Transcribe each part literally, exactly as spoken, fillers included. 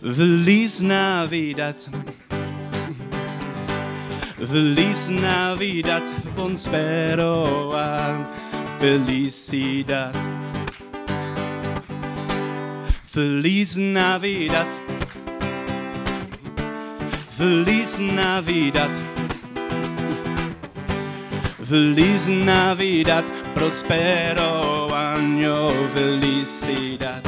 Feliz Navidad. Feliz Navidad, prospero a felicidad. Feliz Navidad. Feliz Navidad. Feliz Navidad, prospero año, felicidad.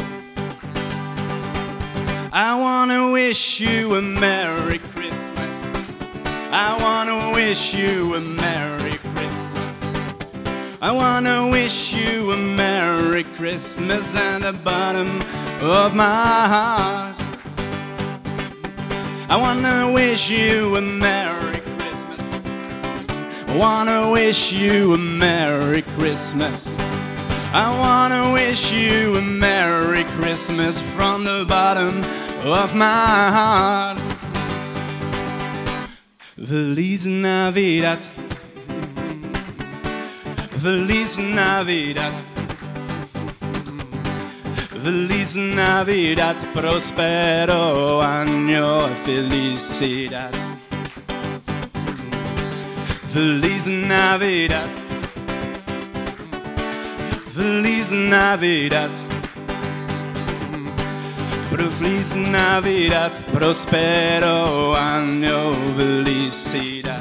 I wanna wish you a Merry Christmas. I wanna wish you a Merry Christmas. I wanna wish you a Merry Christmas at the bottom of my heart. I wanna wish you a Merry Christmas. I wanna wish you a Merry Christmas. I wanna wish you a Merry Christmas from the bottom of my heart. Feliz Navidad. Feliz Navidad. Feliz Navidad, prospero año, felicidad. Feliz Navidad. Feliz Navidad. Feliz Navidad, prospero año, felicidad.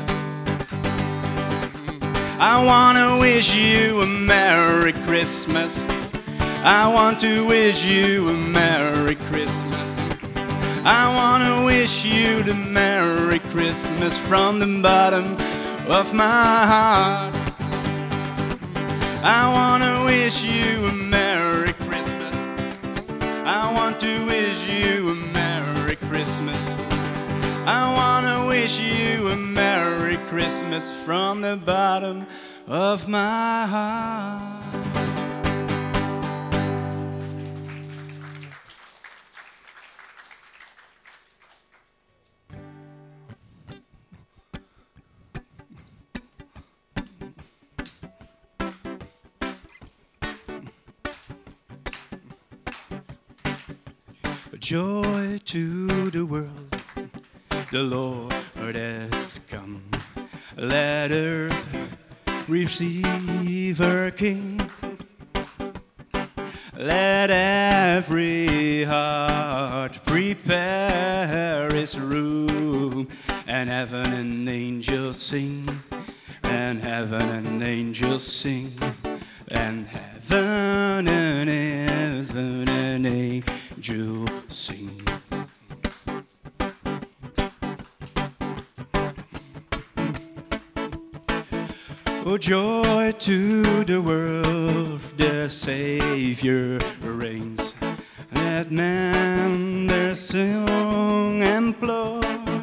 I wanna wish you a Merry Christmas. I want to wish you a Merry Christmas. I wanna wish you the Merry Christmas from the bottom of my heart. I wanna wish you a Merry Christmas. I want to wish you a Merry Christmas. I wanna wish you a Merry Christmas from the bottom of my heart. Joy to the world, the Lord has come. Let earth receive her King. Let every heart prepare its room, and heaven and angels sing, and heaven and angels sing, and heaven and heaven and angels sing. Oh, joy to the world, the Savior reigns. Let men their song employ,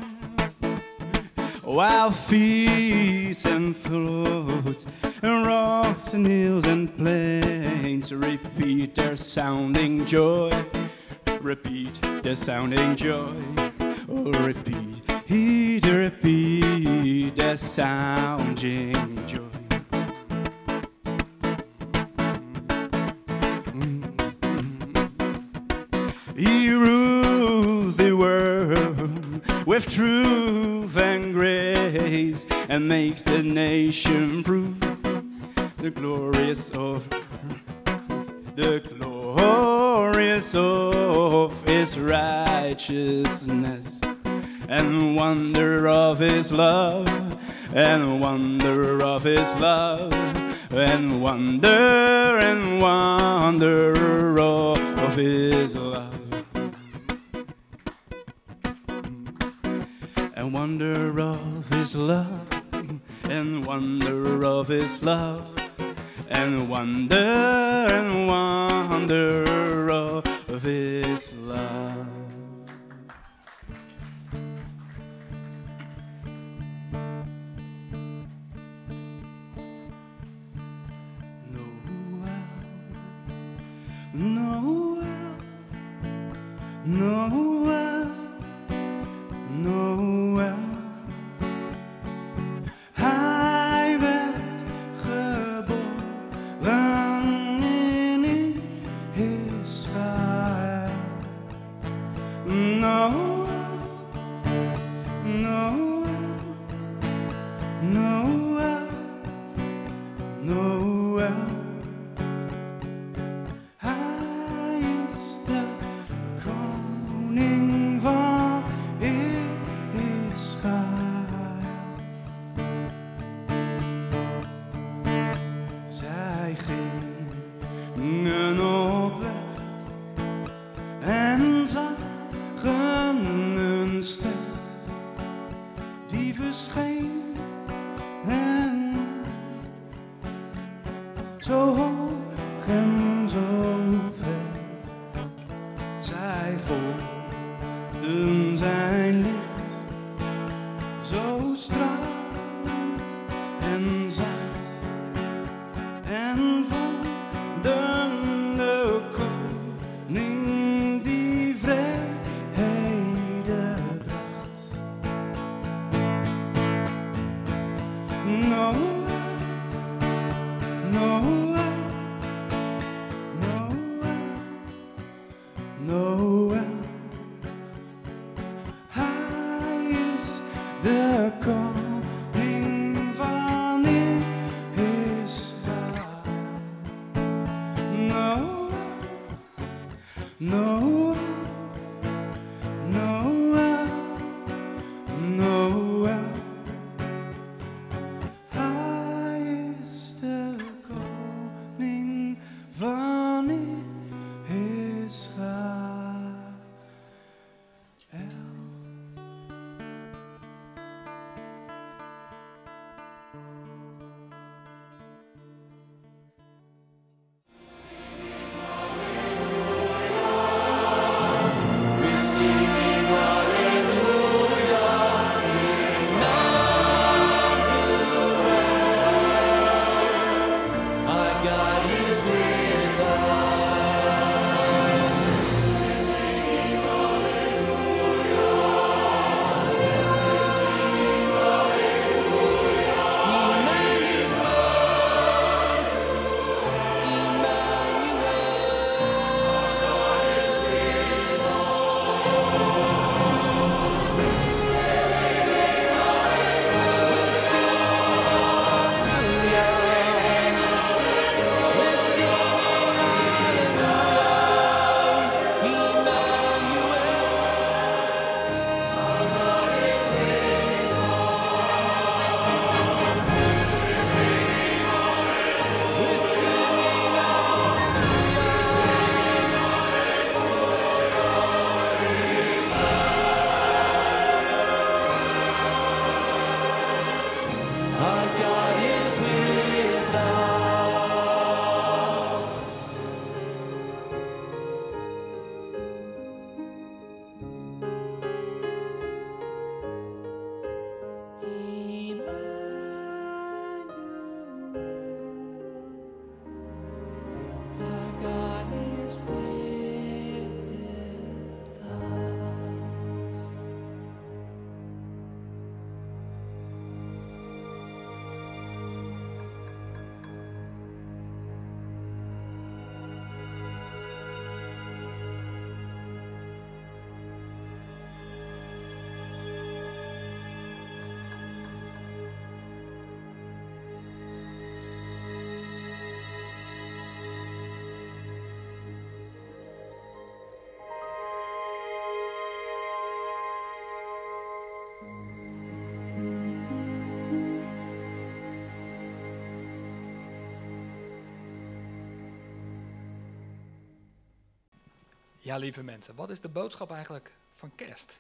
while feasts and floats, and rocks and hills and plains repeat their sounding joy. Repeat the sounding joy. Oh, repeat, heed, repeat the sounding joy. He rules the world with truth and grace, and makes the nation prove the glorious of the glorious of His righteousness, and wonder of His love, and wonder of His love, and wonder and wonder of His love, and wonder of His love, and wonder of His love, and wonder and wonder of His love. Noel, Noel, Noel. Hij werd geboren in Israël. Noel. verscheen. En zo hoog en zo ver, zij volgden zijn licht, zo stralend en zacht, en vonden de koning die vrede bracht. Noah, Noah, Noah, Noah, hij is de koning van Israël. Noah, Noah, Noah, Noah, hij is de koning van Israël. Ja, lieve mensen, wat is de boodschap eigenlijk van kerst?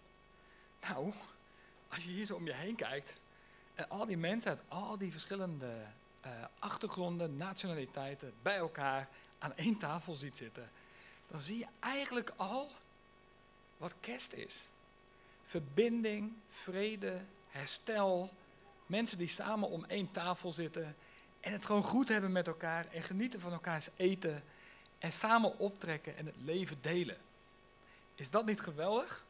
Nou, als je hier zo om je heen kijkt en al die mensen uit al die verschillende uh, achtergronden, nationaliteiten bij elkaar aan één tafel ziet zitten, dan zie je eigenlijk al wat kerst is. Verbinding, vrede, herstel, mensen die samen om één tafel zitten en het gewoon goed hebben met elkaar en genieten van elkaars eten en samen optrekken en het leven delen. Is dat niet geweldig?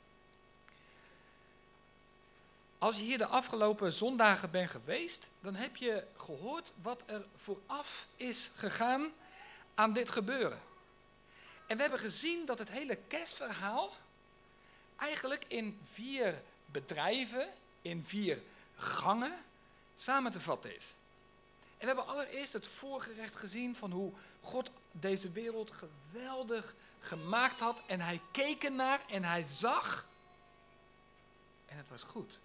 Als je hier de afgelopen zondagen bent geweest, dan heb je gehoord wat er vooraf is gegaan aan dit gebeuren. En we hebben gezien dat het hele kerstverhaal eigenlijk in vier bedrijven, in vier gangen samen te vatten is. En we hebben allereerst het voorgerecht gezien van hoe God deze wereld geweldig gemaakt had. En hij keek ernaar en hij zag. En het was goed.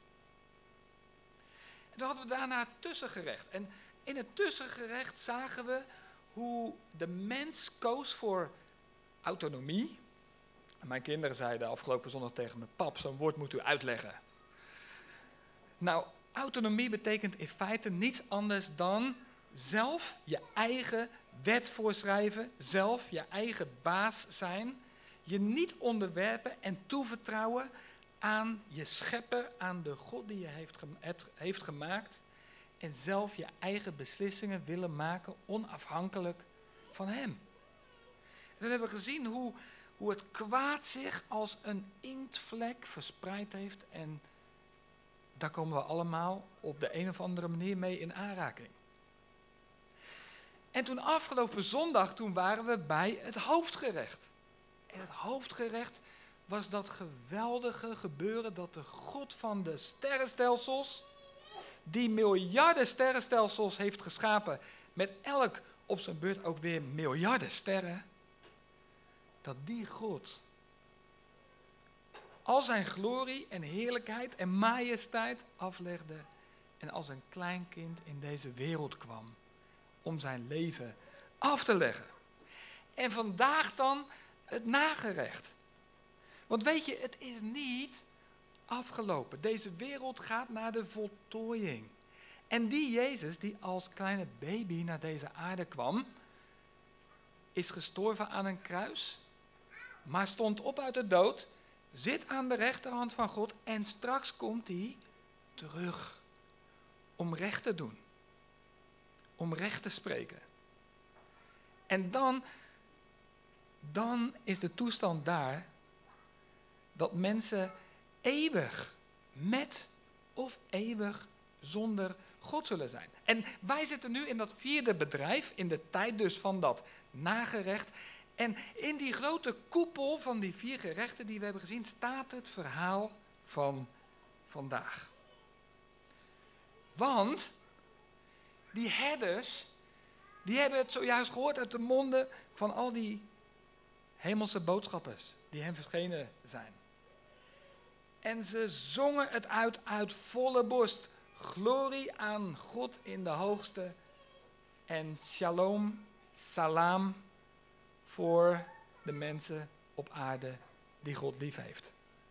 En toen hadden we daarna het tussengerecht. En in het tussengerecht zagen we hoe de mens koos voor autonomie. En mijn kinderen zeiden afgelopen zondag tegen me: pap, zo'n woord moet u uitleggen. Nou, autonomie betekent in feite niets anders dan zelf je eigen wet voorschrijven, zelf je eigen baas zijn, je niet onderwerpen en toevertrouwen aan je schepper, aan de God die je heeft, gem- heeft gemaakt en zelf je eigen beslissingen willen maken onafhankelijk van hem. Dan hebben we gezien hoe, hoe het kwaad zich als een inktvlek verspreid heeft en daar komen we allemaal op de een of andere manier mee in aanraking. En toen afgelopen zondag, toen waren we bij het hoofdgerecht. En het hoofdgerecht was dat geweldige gebeuren dat de God van de sterrenstelsels, die miljarden sterrenstelsels heeft geschapen, met elk op zijn beurt ook weer miljarden sterren, dat die God al zijn glorie en heerlijkheid en majesteit aflegde en als een klein kind in deze wereld kwam om zijn leven af te leggen. En vandaag dan het nagerecht. Want weet je, het is niet afgelopen. Deze wereld gaat naar de voltooiing. En die Jezus die als kleine baby naar deze aarde kwam, is gestorven aan een kruis, maar stond op uit de dood, zit aan de rechterhand van God en straks komt hij terug om recht te doen. Om recht te spreken. En dan, dan is de toestand daar dat mensen eeuwig met of eeuwig zonder God zullen zijn. En wij zitten nu in dat vierde bedrijf, in de tijd dus van dat nagerecht. En in die grote koepel van die vier gerechten die we hebben gezien, staat het verhaal van vandaag. Want die herders, die hebben het zojuist gehoord uit de monden van al die hemelse boodschappers die hen verschenen zijn. En ze zongen het uit uit volle borst. Glorie aan God in de hoogste en shalom, salam voor de mensen op aarde die God lief heeft.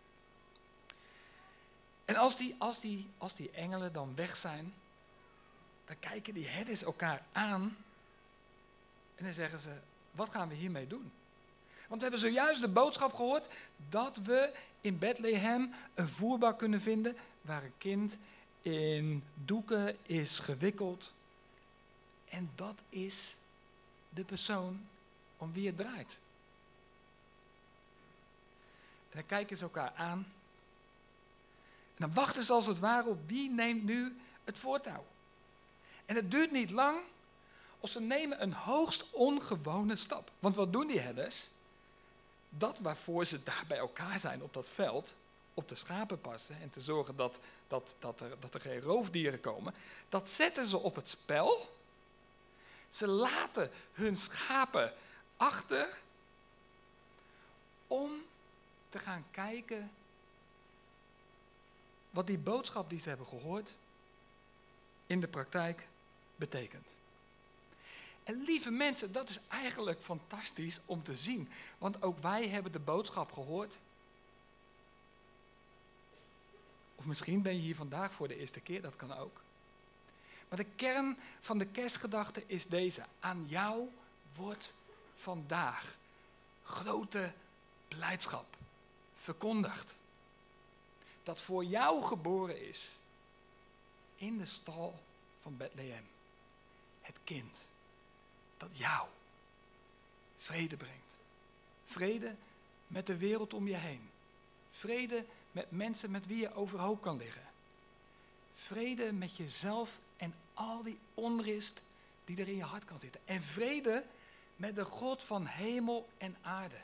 En als die, als die, als die engelen dan weg zijn, dan kijken die herders elkaar aan en dan zeggen ze, wat gaan we hiermee doen? Want we hebben zojuist de boodschap gehoord dat we in Bethlehem een voerbak kunnen vinden waar een kind in doeken is gewikkeld. En dat is de persoon om wie het draait. En dan kijken ze elkaar aan. En dan wachten ze als het ware op wie neemt nu het voortouw. En het duurt niet lang of ze nemen een hoogst ongewone stap. Want wat doen die herders? Dat waarvoor ze daar bij elkaar zijn op dat veld, op de schapen passen en te zorgen dat, dat, dat, er, dat er geen roofdieren komen, dat zetten ze op het spel. Ze laten hun schapen achter om te gaan kijken wat die boodschap die ze hebben gehoord in de praktijk betekent. En lieve mensen, dat is eigenlijk fantastisch om te zien. Want ook wij hebben de boodschap gehoord. Of misschien ben je hier vandaag voor de eerste keer, dat kan ook. Maar de kern van de kerstgedachte is deze. Aan jou wordt vandaag grote blijdschap verkondigd. Dat voor jou geboren is in de stal van Bethlehem. Het kind dat jou vrede brengt. Vrede met de wereld om je heen. Vrede met mensen met wie je overhoop kan liggen. Vrede met jezelf en al die onrust die er in je hart kan zitten. En vrede met de God van hemel en aarde.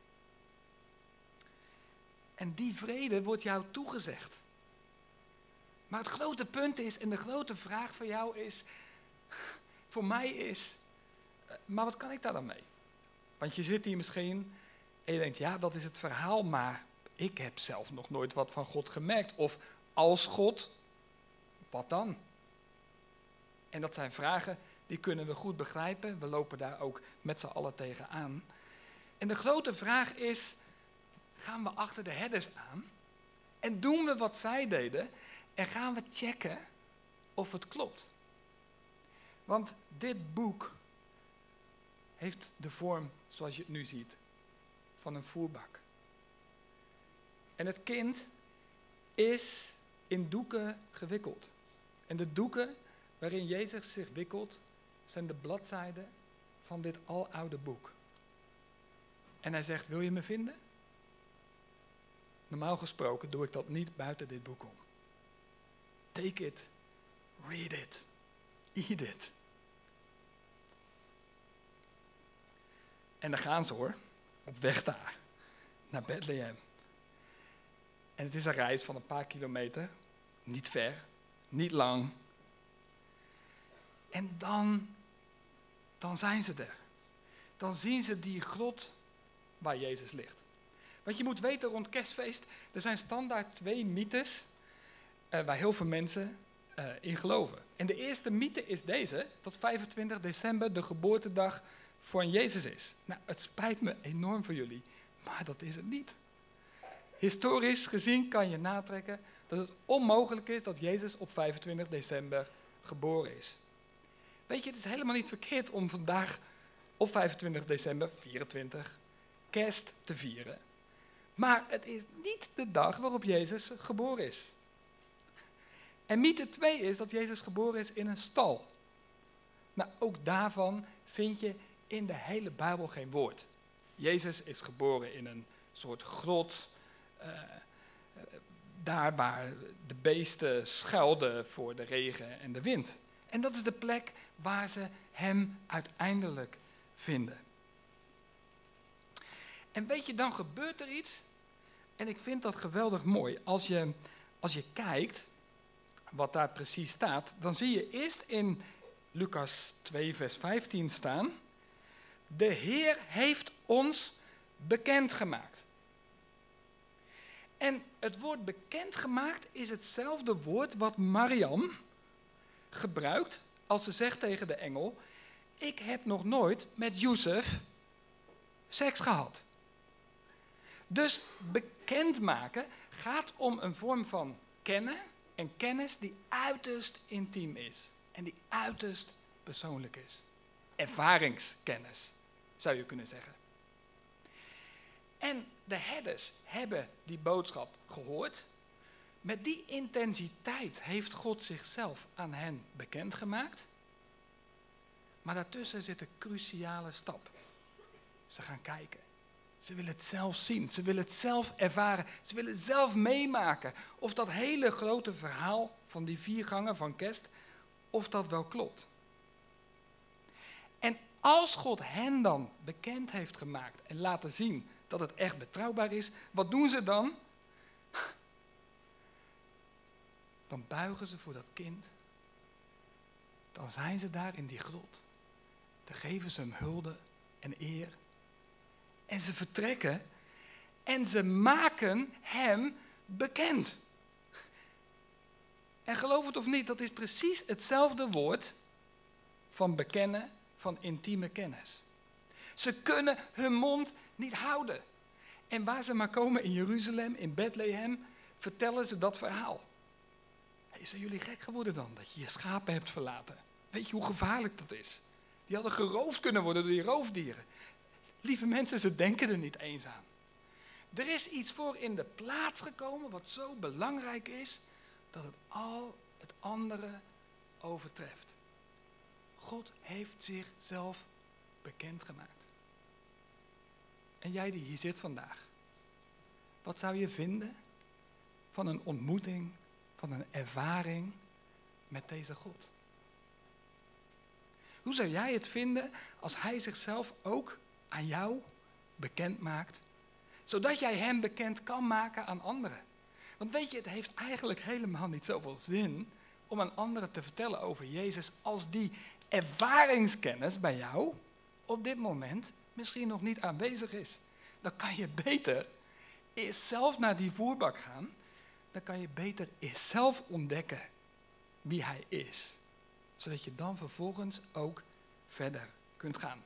En die vrede wordt jou toegezegd. Maar het grote punt is, en de grote vraag voor jou is, voor mij is, maar wat kan ik daar dan mee? Want je zit hier misschien en je denkt, ja, dat is het verhaal, maar ik heb zelf nog nooit wat van God gemerkt. Of als God, wat dan? En dat zijn vragen die kunnen we goed begrijpen. We lopen daar ook met z'n allen tegenaan. En de grote vraag is, gaan we achter de herders aan? En doen we wat zij deden? En gaan we checken of het klopt. Want dit boek heeft de vorm, zoals je het nu ziet, van een voerbak. En het kind is in doeken gewikkeld. En de doeken waarin Jezus zich wikkelt, zijn de bladzijden van dit aloude boek. En hij zegt, wil je me vinden? Normaal gesproken doe ik dat niet buiten dit boek om. Take it, read it, eat it. En dan gaan ze hoor, op weg daar, naar Bethlehem. En het is een reis van een paar kilometer, niet ver, niet lang. En dan, dan zijn ze er. Dan zien ze die grot waar Jezus ligt. Want je moet weten rond kerstfeest, er zijn standaard twee mythes uh, waar heel veel mensen uh, in geloven. En de eerste mythe is deze, dat vijfentwintig december de geboortedag voor een Jezus is. Nou, het spijt me enorm voor jullie, maar dat is het niet. Historisch gezien kan je natrekken dat het onmogelijk is dat Jezus op vijfentwintig december geboren is. Weet je, het is helemaal niet verkeerd om vandaag op vijfentwintig december, vierentwintig, kerst te vieren. Maar het is niet de dag waarop Jezus geboren is. En mythe twee is dat Jezus geboren is in een stal. Nou, ook daarvan vind je in de hele Bijbel geen woord. Jezus is geboren in een soort grot, uh, uh, daar waar de beesten schuilden voor de regen en de wind. En dat is de plek waar ze hem uiteindelijk vinden. En weet je, dan gebeurt er iets. En ik vind dat geweldig mooi. Als je, als je kijkt wat daar precies staat, dan zie je eerst in Lucas twee vers vijftien staan: de Heer heeft ons bekendgemaakt. En het woord bekendgemaakt is hetzelfde woord wat Mariam gebruikt als ze zegt tegen de engel: ik heb nog nooit met Jozef seks gehad. Dus bekendmaken gaat om een vorm van kennen en kennis die uiterst intiem is en die uiterst persoonlijk is. Ervaringskennis, zou je kunnen zeggen. En de herders hebben die boodschap gehoord. Met die intensiteit heeft God zichzelf aan hen bekendgemaakt. Maar daartussen zit een cruciale stap. Ze gaan kijken. Ze willen het zelf zien. Ze willen het zelf ervaren. Ze willen het zelf meemaken. Of dat hele grote verhaal van die vier gangen van kerst, of dat wel klopt. En als God hen dan bekend heeft gemaakt en laten zien dat het echt betrouwbaar is, wat doen ze dan? Dan buigen ze voor dat kind. Dan zijn ze daar in die grot. Dan geven ze hem hulde en eer. En ze vertrekken en ze maken hem bekend. En geloof het of niet, dat is precies hetzelfde woord van bekennen, van intieme kennis. Ze kunnen hun mond niet houden. En waar ze maar komen in Jeruzalem, in Bethlehem, vertellen ze dat verhaal. Hey, zijn jullie gek geworden dan, dat je je schapen hebt verlaten? Weet je hoe gevaarlijk dat is? Die hadden geroofd kunnen worden door die roofdieren. Lieve mensen, ze denken er niet eens aan. Er is iets voor in de plaats gekomen wat zo belangrijk is, dat het al het andere overtreft. God heeft zichzelf bekendgemaakt. En jij die hier zit vandaag, wat zou je vinden van een ontmoeting, van een ervaring met deze God? Hoe zou jij het vinden als hij zichzelf ook aan jou bekend maakt, zodat jij hem bekend kan maken aan anderen? Want weet je, het heeft eigenlijk helemaal niet zoveel zin om aan anderen te vertellen over Jezus als die ervaringskennis bij jou op dit moment misschien nog niet aanwezig is. Dan kan je beter eerst zelf naar die voerbak gaan. Dan kan je beter eerst zelf ontdekken wie hij is. Zodat je dan vervolgens ook verder kunt gaan.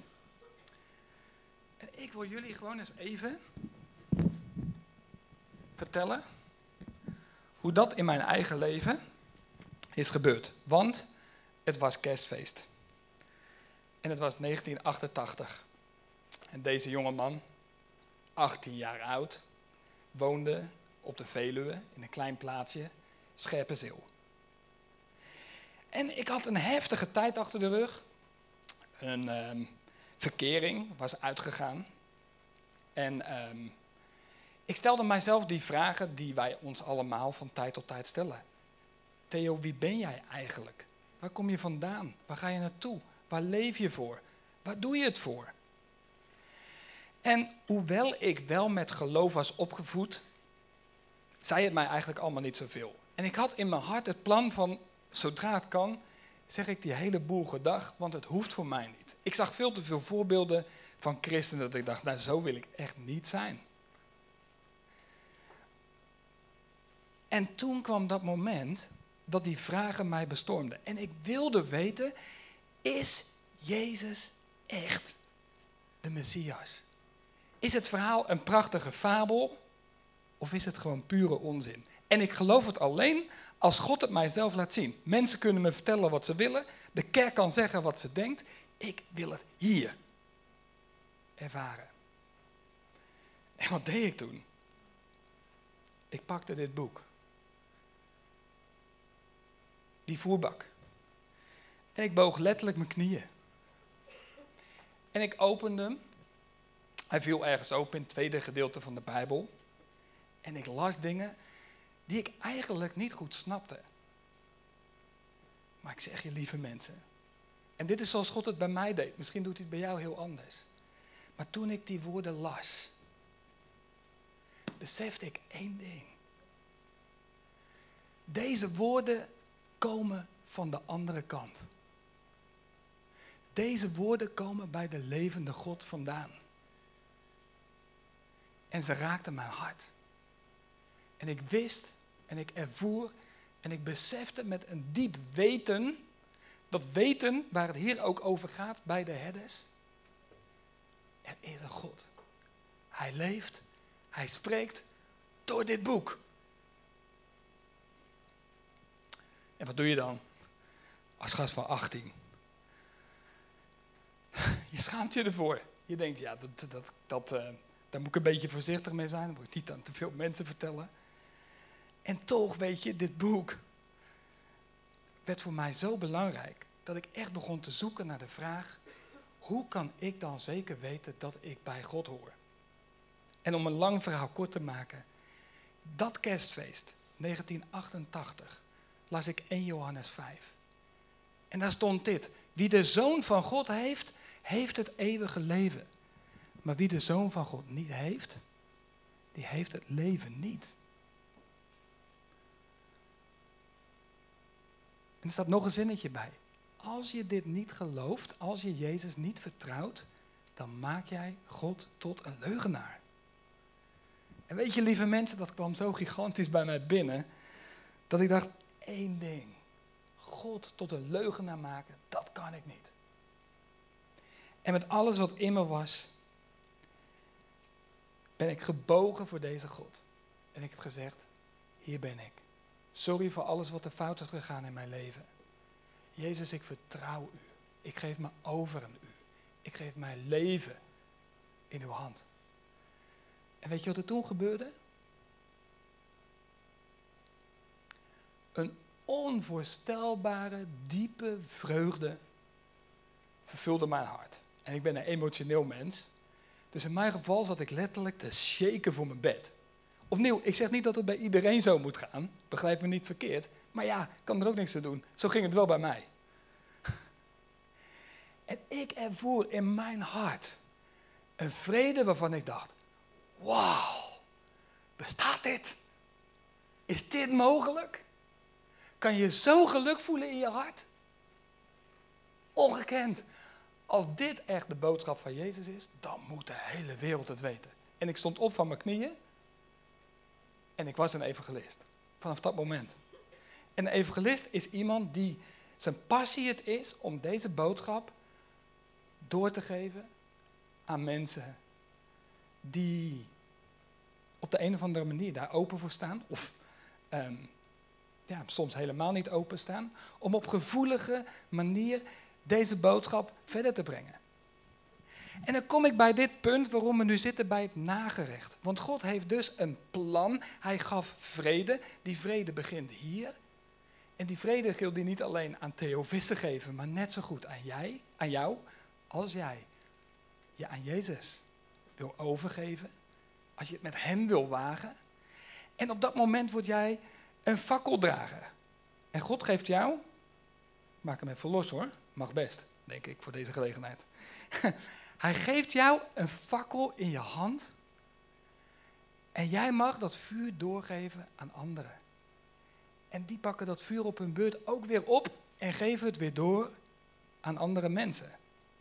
En ik wil jullie gewoon eens even vertellen hoe dat in mijn eigen leven is gebeurd. Want het was kerstfeest. En het was negentien achtentachtig. En deze jongeman, achttien jaar oud, woonde op de Veluwe in een klein plaatsje, Scherpenzeel. En ik had een heftige tijd achter de rug. Een um, verkering was uitgegaan. En um, ik stelde mijzelf die vragen die wij ons allemaal van tijd tot tijd stellen. Theo, wie ben jij eigenlijk? Waar kom je vandaan? Waar ga je naartoe? Waar leef je voor? Waar doe je het voor? En hoewel ik wel met geloof was opgevoed, zei het mij eigenlijk allemaal niet zoveel. En ik had in mijn hart het plan van, zodra het kan, zeg ik die hele boel gedag, want het hoeft voor mij niet. Ik zag veel te veel voorbeelden van christenen dat ik dacht, nou zo wil ik echt niet zijn. En toen kwam dat moment dat die vragen mij bestormden. En ik wilde weten, is Jezus echt de Messias? Is het verhaal een prachtige fabel of is het gewoon pure onzin? En ik geloof het alleen als God het mij zelf laat zien. Mensen kunnen me vertellen wat ze willen. De kerk kan zeggen wat ze denkt. Ik wil het hier ervaren. En wat deed ik toen? Ik pakte dit boek. Die voerbak. En ik boog letterlijk mijn knieën. En ik opende hem. Hij viel ergens open in het tweede gedeelte van de Bijbel. En ik las dingen die ik eigenlijk niet goed snapte. Maar ik zeg je, lieve mensen. En dit is zoals God het bij mij deed. Misschien doet hij het bij jou heel anders. Maar toen ik die woorden las, besefte ik één ding. Deze woorden komen van de andere kant. Deze woorden komen bij de levende God vandaan. En ze raakten mijn hart. En ik wist en ik ervoer en ik besefte met een diep weten, dat weten waar het hier ook over gaat bij de herders. Er is een God. Hij leeft, hij spreekt door dit boek. En wat doe je dan als gast van achttien? Je schaamt je ervoor. Je denkt, ja, dat, dat, dat, uh, daar moet ik een beetje voorzichtig mee zijn. Dan moet ik niet aan te veel mensen vertellen. En toch, weet je, dit boek werd voor mij zo belangrijk dat ik echt begon te zoeken naar de vraag, hoe kan ik dan zeker weten dat ik bij God hoor? En om een lang verhaal kort te maken, dat kerstfeest, negentien achtentachtig, las ik eerste Johannes vijf. En daar stond dit, wie de Zoon van God heeft, heeft het eeuwige leven. Maar wie de Zoon van God niet heeft, die heeft het leven niet. En er staat nog een zinnetje bij. Als je dit niet gelooft, als je Jezus niet vertrouwt, dan maak jij God tot een leugenaar. En weet je, lieve mensen, dat kwam zo gigantisch bij mij binnen, dat ik dacht, één ding. God tot een leugenaar maken, dat kan ik niet. En met alles wat in me was, ben ik gebogen voor deze God. En ik heb gezegd, hier ben ik. Sorry voor alles wat er fout is gegaan in mijn leven. Jezus, ik vertrouw u. Ik geef me over aan u. Ik geef mijn leven in uw hand. En weet je wat er toen gebeurde? Een onvoorstelbare, diepe vreugde vervulde mijn hart. En ik ben een emotioneel mens. Dus in mijn geval zat ik letterlijk te shaken voor mijn bed. Opnieuw, ik zeg niet dat het bij iedereen zo moet gaan. Begrijp me niet verkeerd. Maar ja, ik kan er ook niks aan doen. Zo ging het wel bij mij. En ik ervoer in mijn hart een vrede waarvan ik dacht, wauw, bestaat dit? Is dit mogelijk? Kan je zo geluk voelen in je hart? Ongekend. Als dit echt de boodschap van Jezus is, dan moet de hele wereld het weten. En ik stond op van mijn knieën en ik was een evangelist. Vanaf dat moment. En een evangelist is iemand die zijn passie het is om deze boodschap door te geven aan mensen die op de een of andere manier daar open voor staan. Of um, ja, soms helemaal niet openstaan, om op gevoelige manier deze boodschap verder te brengen. En dan kom ik bij dit punt waarom we nu zitten bij het nagerecht. Want God heeft dus een plan. Hij gaf vrede. Die vrede begint hier. En die vrede wil hij niet alleen aan theofisten geven, maar net zo goed aan jij, aan jou, als jij je aan Jezus wil overgeven. Als je het met hem wil wagen. En op dat moment word jij een fakkeldrager. En God geeft jou, maak hem even los hoor, mag best, denk ik, voor deze gelegenheid. Hij geeft jou een fakkel in je hand en jij mag dat vuur doorgeven aan anderen. En die pakken dat vuur op hun beurt ook weer op en geven het weer door aan andere mensen.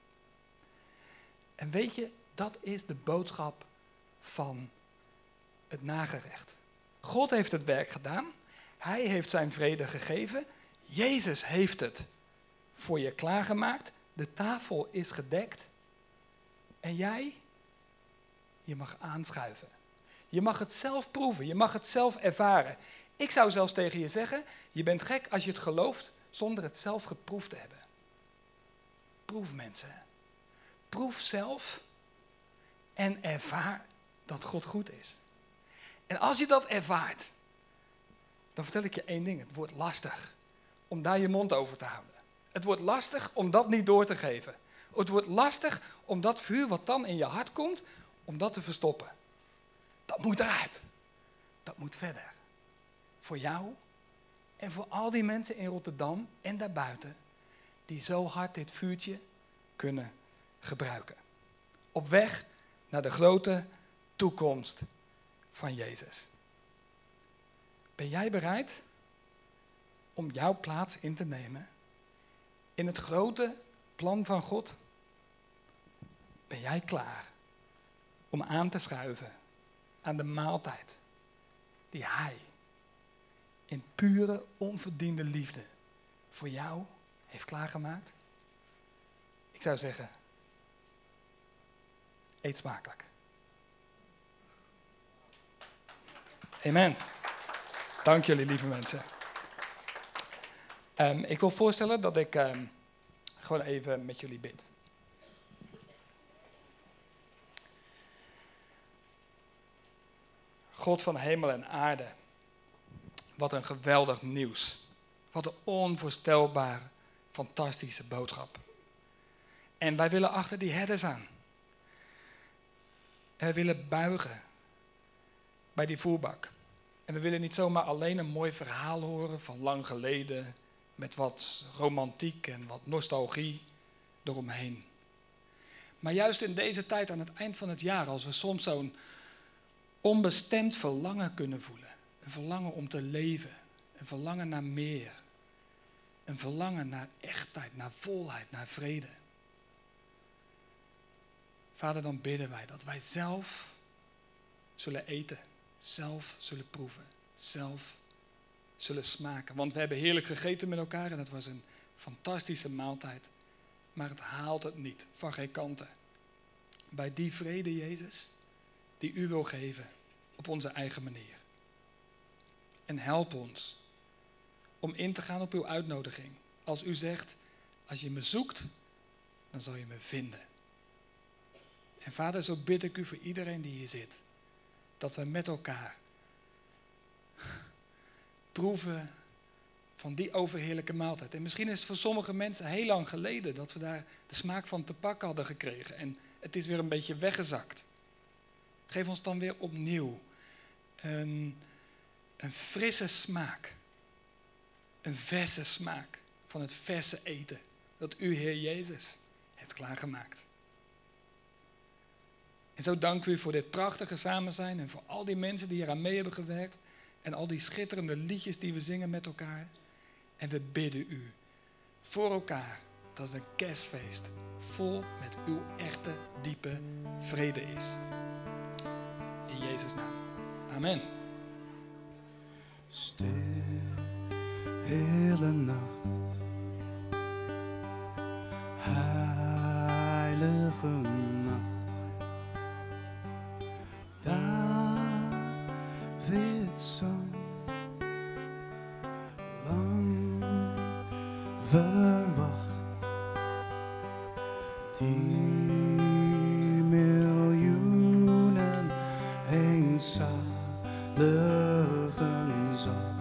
En weet je, dat is de boodschap van het nagerecht. God heeft het werk gedaan. Hij heeft zijn vrede gegeven. Jezus heeft het voor je klaargemaakt. De tafel is gedekt. En jij, je mag aanschuiven. Je mag het zelf proeven. Je mag het zelf ervaren. Ik zou zelfs tegen je zeggen, je bent gek als je het gelooft zonder het zelf geproefd te hebben. Proef mensen. Proef zelf en ervaar dat God goed is. En als je dat ervaart, dan vertel ik je één ding. Het wordt lastig om daar je mond over te houden. Het wordt lastig om dat niet door te geven. Het wordt lastig om dat vuur wat dan in je hart komt, om dat te verstoppen. Dat moet eruit. Dat moet verder. Voor jou en voor al die mensen in Rotterdam en daarbuiten, die zo hard dit vuurtje kunnen gebruiken. Op weg naar de grote toekomst van Jezus. Ben jij bereid om jouw plaats in te nemen in het grote plan van God? Ben jij klaar om aan te schuiven aan de maaltijd die Hij in pure, onverdiende liefde voor jou heeft klaargemaakt? Ik zou zeggen, eet smakelijk. Amen. Dank jullie, lieve mensen. Um, ik wil voorstellen dat ik um, gewoon even met jullie bid. God van hemel en aarde, wat een geweldig nieuws. Wat een onvoorstelbaar, fantastische boodschap. En wij willen achter die herders aan. En we willen buigen bij die voerbak. En we willen niet zomaar alleen een mooi verhaal horen van lang geleden, met wat romantiek en wat nostalgie eromheen. Maar juist in deze tijd aan het eind van het jaar, als we soms zo'n onbestemd verlangen kunnen voelen. Een verlangen om te leven. Een verlangen naar meer. Een verlangen naar echtheid, naar volheid, naar vrede. Vader, dan bidden wij dat wij zelf zullen eten. Zelf zullen proeven. Zelf zullen smaken. Want we hebben heerlijk gegeten met elkaar en het was een fantastische maaltijd. Maar het haalt het niet, van geen kanten. Bij die vrede, Jezus, die u wil geven op onze eigen manier. En help ons om in te gaan op uw uitnodiging. Als u zegt, als je me zoekt, dan zal je me vinden. En Vader, zo bid ik u voor iedereen die hier zit. Dat we met elkaar proeven van die overheerlijke maaltijd. En misschien is het voor sommige mensen heel lang geleden dat ze daar de smaak van te pakken hadden gekregen. En het is weer een beetje weggezakt. Geef ons dan weer opnieuw een, een frisse smaak. Een verse smaak van het verse eten. Dat u, Heer Jezus, hebt klaargemaakt. En zo dank u voor dit prachtige samen zijn en voor al die mensen die hier aan mee hebben gewerkt. En al die schitterende liedjes die we zingen met elkaar. En we bidden u voor elkaar dat het een kerstfeest vol met uw echte, diepe vrede is. In Jezus' naam. Amen. Stil, hele nacht. Heilige nacht. David zong verwacht. Die miljoenen eenzaligen zang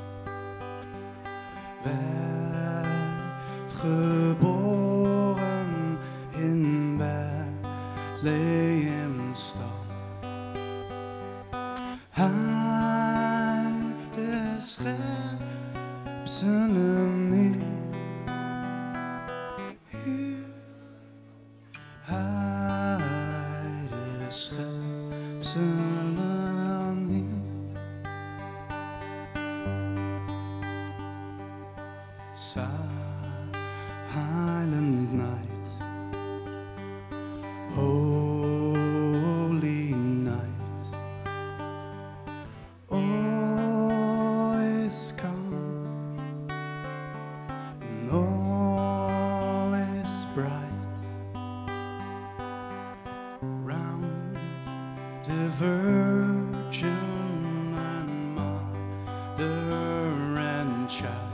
werd geboren in Bethlehemstad. Hij de schepselen neer. Hij de schepselen neer. Silent night, holy night, all is calm and all is bright. Round the Virgin and Mother and Child.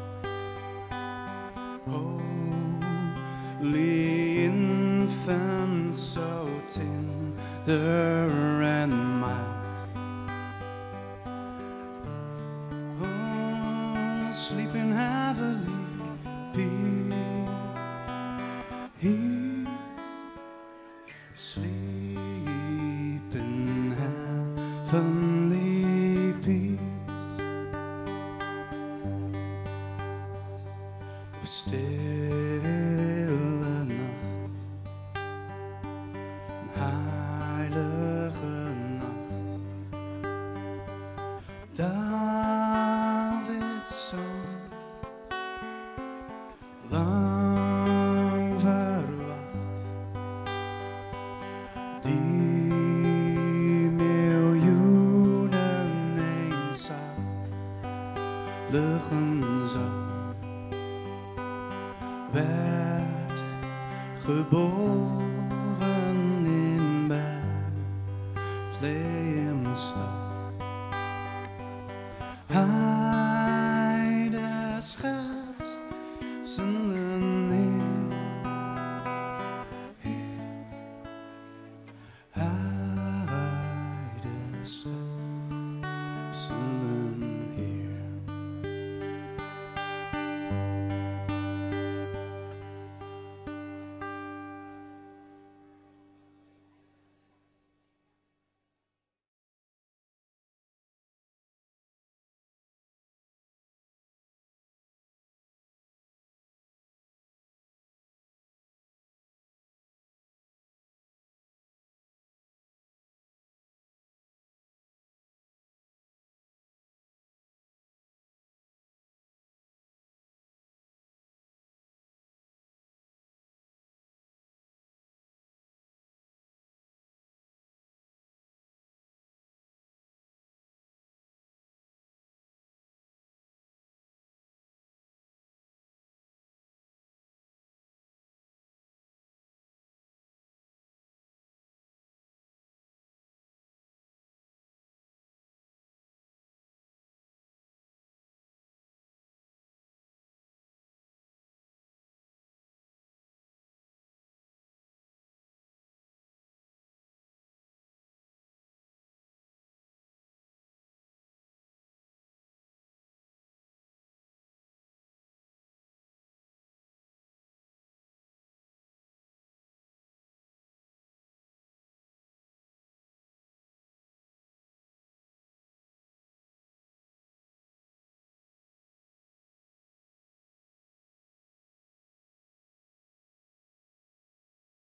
Holy infant, so tender and mild. Oh, sleeping heavily, peace, sleeping heavenly peace. Stille nacht, een heilige nacht. Davids zoon, lang verwacht. Die miljoenen eenzaligen zang werd geboren in Bethlehemstad. Hij de schepselen neer. Hij de schepselen